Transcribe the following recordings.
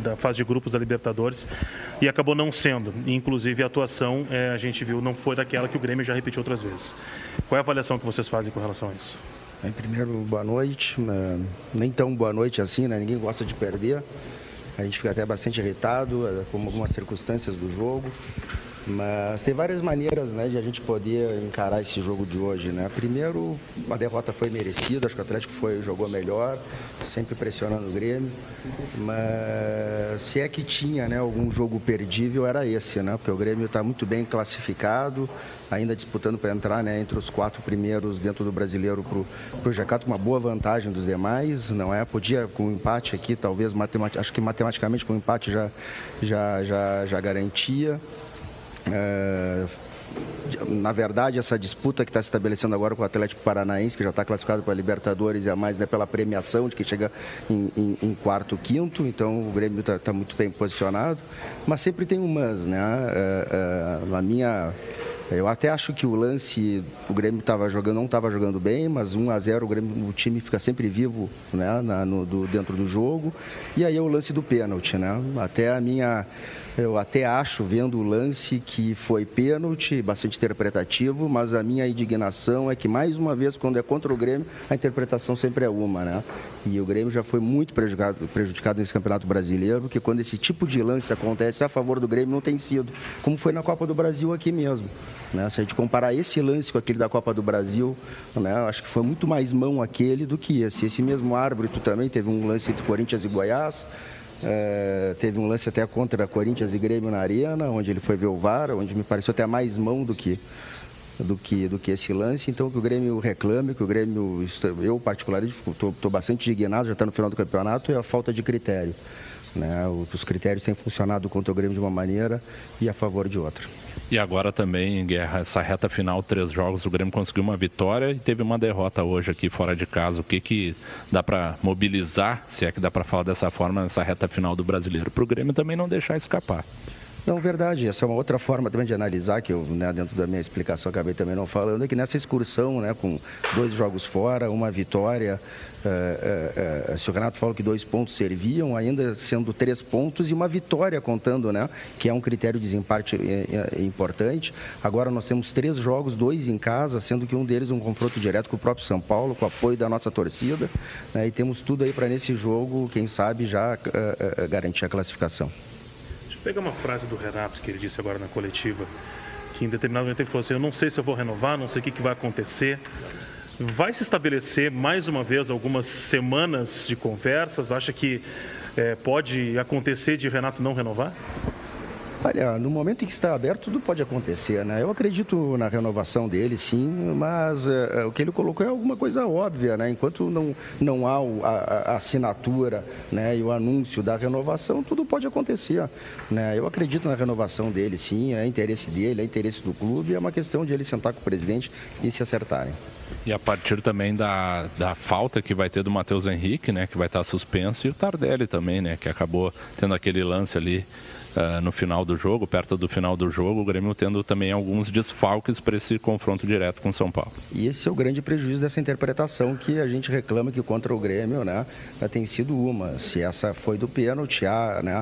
da fase de grupos da Libertadores e acabou não sendo. Inclusive a atuação, a gente viu, não foi daquela que o Grêmio já repetiu outras vezes. Qual é a avaliação que vocês fazem com relação a isso? Em primeiro, boa noite. Nem tão boa noite assim, né? Ninguém gosta de perder. A gente fica até bastante irritado com algumas circunstâncias do jogo. Mas tem várias maneiras, né, de a gente poder encarar esse jogo de hoje, né? Primeiro, a derrota foi merecida, acho que o Atlético jogou melhor, sempre pressionando o Grêmio. Mas se é que tinha, né, algum jogo perdível, era esse, né? Porque o Grêmio está muito bem classificado, ainda disputando para entrar, né, entre os 4 primeiros dentro do Brasileiro para o G4, com uma boa vantagem dos demais, não é? Podia, com o empate aqui, talvez, acho que matematicamente com o empate já garantia. Na verdade, essa disputa que está se estabelecendo agora com o Atlético Paranaense, que já está classificado para a Libertadores, e a mais, né, pela premiação de que chega em quarto, quinto, então o Grêmio está muito bem posicionado, mas sempre tem um mas, né? Eu até acho que o lance, o Grêmio não estava jogando bem, mas 1-0 o time fica sempre vivo, né, dentro do jogo. E aí é o lance do pênalti, né? Eu até acho, vendo o lance, que foi pênalti, bastante interpretativo, mas a minha indignação é que, mais uma vez, quando é contra o Grêmio, a interpretação sempre é uma, né? E o Grêmio já foi muito prejudicado nesse Campeonato Brasileiro, porque quando esse tipo de lance acontece a favor do Grêmio, não tem sido, como foi na Copa do Brasil aqui mesmo, né? Se a gente comparar esse lance com aquele da Copa do Brasil, né, acho que foi muito mais mão aquele do que esse. Esse mesmo árbitro também teve um lance entre Corinthians e Goiás. Teve um lance até contra Corinthians e Grêmio na Arena, onde ele foi ver o VAR, onde me pareceu até mais mão do que esse lance. Então, que o Grêmio reclame, que o Grêmio, eu particularmente estou bastante indignado, já está no final do campeonato, é a falta de critério, né? Os critérios têm funcionado contra o Grêmio de uma maneira e a favor de outra. E agora também, Guerra, essa reta final, 3 jogos, o Grêmio conseguiu uma vitória e teve uma derrota hoje aqui fora de casa. O que dá para mobilizar, se é que dá para falar dessa forma, nessa reta final do Brasileiro? Para o Grêmio também não deixar escapar. Não, verdade. Essa é uma outra forma também de analisar, que eu, né, dentro da minha explicação, acabei também não falando, é que nessa excursão, né, com 2 jogos fora, uma vitória, se o Renato falou que 2 pontos serviam, ainda sendo 3 pontos e uma vitória contando, né, que é um critério de desempate importante. Agora nós temos 3 jogos, 2 em casa, sendo que um deles um confronto direto com o próprio São Paulo, com o apoio da nossa torcida, né, e temos tudo aí para nesse jogo, quem sabe, já garantir a classificação. Pegar uma frase do Renato que ele disse agora na coletiva, que em determinado momento ele falou assim: eu não sei se eu vou renovar, não sei o que vai acontecer. Vai se estabelecer mais uma vez algumas semanas de conversas? Acha que pode acontecer de Renato não renovar? Olha, no momento em que está aberto, tudo pode acontecer, né? Eu acredito na renovação dele, sim, mas o que ele colocou é alguma coisa óbvia, né? Enquanto não há a assinatura, né, e o anúncio da renovação, tudo pode acontecer, né? Eu acredito na renovação dele, sim, é interesse dele, é interesse do clube, é uma questão de ele sentar com o presidente e se acertarem. E a partir também da falta que vai ter do Matheus Henrique, né, que vai estar suspenso, e o Tardelli também, né, que acabou tendo aquele lance ali no final do jogo, perto do final do jogo, o Grêmio tendo também alguns desfalques para esse confronto direto com o São Paulo. E esse é o grande prejuízo dessa interpretação que a gente reclama que contra o Grêmio, né, tem sido uma. Se essa foi do pênalti, há, né,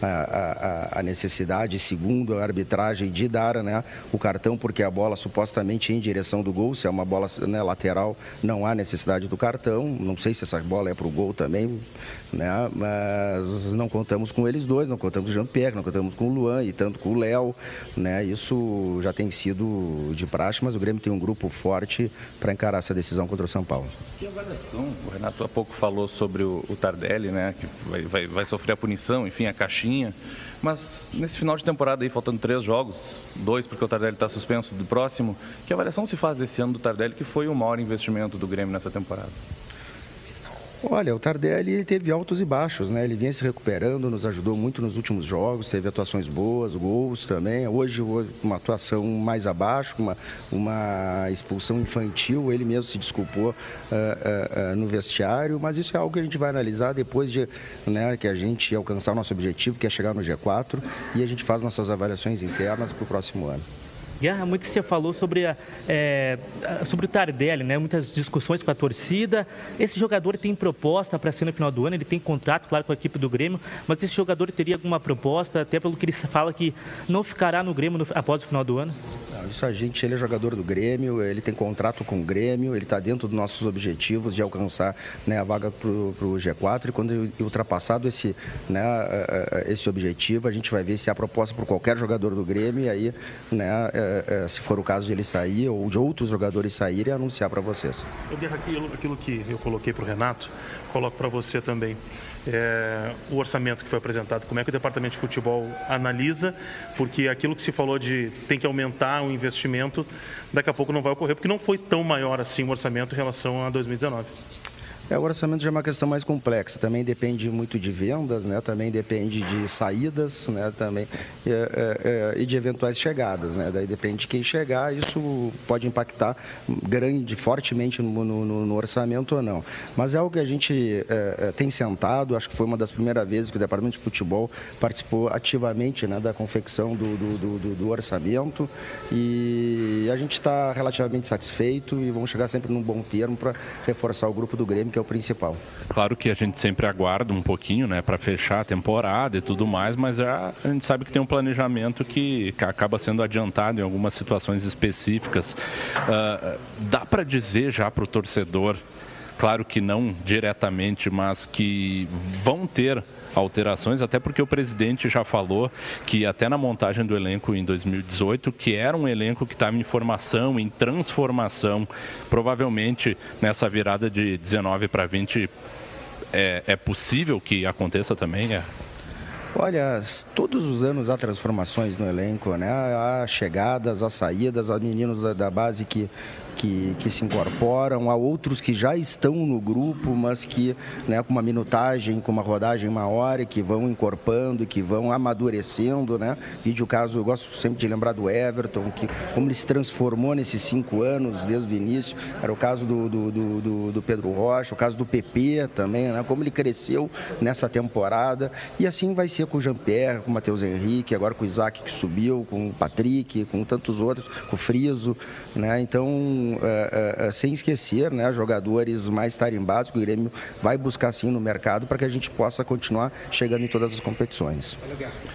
a necessidade, segundo a arbitragem, de dar, né, o cartão, porque a bola supostamente em direção do gol, se é uma bola, né, lateral, não há necessidade do cartão. Não sei se essa bola é para o gol também, né, mas não contamos com eles dois, não contamos com o Jean-Pierre, não contamos com o Luan e tanto com o Léo, né? Isso já tem sido de praxe, mas o Grêmio tem um grupo forte para encarar essa decisão contra o São Paulo. Que avaliação? O Renato há pouco falou sobre o Tardelli, né? Que vai sofrer a punição, enfim, a caixinha. Mas nesse final de temporada aí, faltando 3 jogos, 2 porque o Tardelli está suspenso do próximo, que avaliação se faz desse ano do Tardelli, que foi o maior investimento do Grêmio nessa temporada? Olha, o Tardelli teve altos e baixos, né? Ele vinha se recuperando, nos ajudou muito nos últimos jogos, teve atuações boas, gols também. Hoje uma atuação mais abaixo, uma expulsão infantil, ele mesmo se desculpou no vestiário, mas isso é algo que a gente vai analisar depois de, né, que a gente alcançar o nosso objetivo, que é chegar no G4, e a gente faz nossas avaliações internas para o próximo ano. Guerra, muito você falou sobre o Tardelli, né? Muitas discussões com a torcida. Esse jogador tem proposta para ser no final do ano, ele tem contrato, claro, com a equipe do Grêmio, mas esse jogador teria alguma proposta, até pelo que ele fala que não ficará no Grêmio após o final do ano? Ele é jogador do Grêmio, ele tem contrato com o Grêmio, ele está dentro dos nossos objetivos de alcançar, né, a vaga para o G4, e quando ultrapassado esse objetivo, a gente vai ver se há proposta por qualquer jogador do Grêmio, e aí, né, se for o caso de ele sair ou de outros jogadores saírem, anunciar para vocês. Aquilo que eu coloquei para o Renato, coloco para você também. O orçamento que foi apresentado, como é que o departamento de futebol analisa, porque aquilo que se falou de tem que aumentar o investimento, daqui a pouco não vai ocorrer, porque não foi tão maior assim o orçamento em relação a 2019. O orçamento já é uma questão mais complexa, também depende muito de vendas, né? Também depende de saídas, né? Também, e de eventuais chegadas, né? Daí depende de quem chegar, isso pode impactar fortemente no orçamento ou não. Mas é algo que a gente tem sentado, acho que foi uma das primeiras vezes que o Departamento de Futebol participou ativamente, né, da confecção do orçamento, e a gente está relativamente satisfeito e vamos chegar sempre num bom termo para reforçar o grupo do Grêmio, que é o principal. Claro que a gente sempre aguarda um pouquinho, né, para fechar a temporada e tudo mais, mas a gente sabe que tem um planejamento que acaba sendo adiantado em algumas situações específicas. Dá para dizer já para o torcedor, claro que não diretamente, mas que vão ter alterações, até porque o presidente já falou que até na montagem do elenco em 2018, que era um elenco que estava em formação, em transformação, provavelmente nessa virada de 19 para 20 é possível que aconteça também? Olha, todos os anos há transformações no elenco, né? Há chegadas, há saídas, há meninos da base que se incorporam, há outros que já estão no grupo, mas que, né, com uma minutagem, com uma rodagem maior, e que vão encorpando, que vão amadurecendo, né? Vídeo o caso, eu gosto sempre de lembrar do Everton, que como ele se transformou nesses 5 anos, desde o início, era o caso do Pedro Rocha, o caso do PP também, né? Como ele cresceu nessa temporada, e assim vai ser com o Jean-Pierre, com o Matheus Henrique, agora com o Isaac que subiu, com o Patrick, com tantos outros, com o Friso, né? Então, sem esquecer, né, jogadores mais tarimbados que o Grêmio vai buscar sim no mercado para que a gente possa continuar chegando em todas as competições.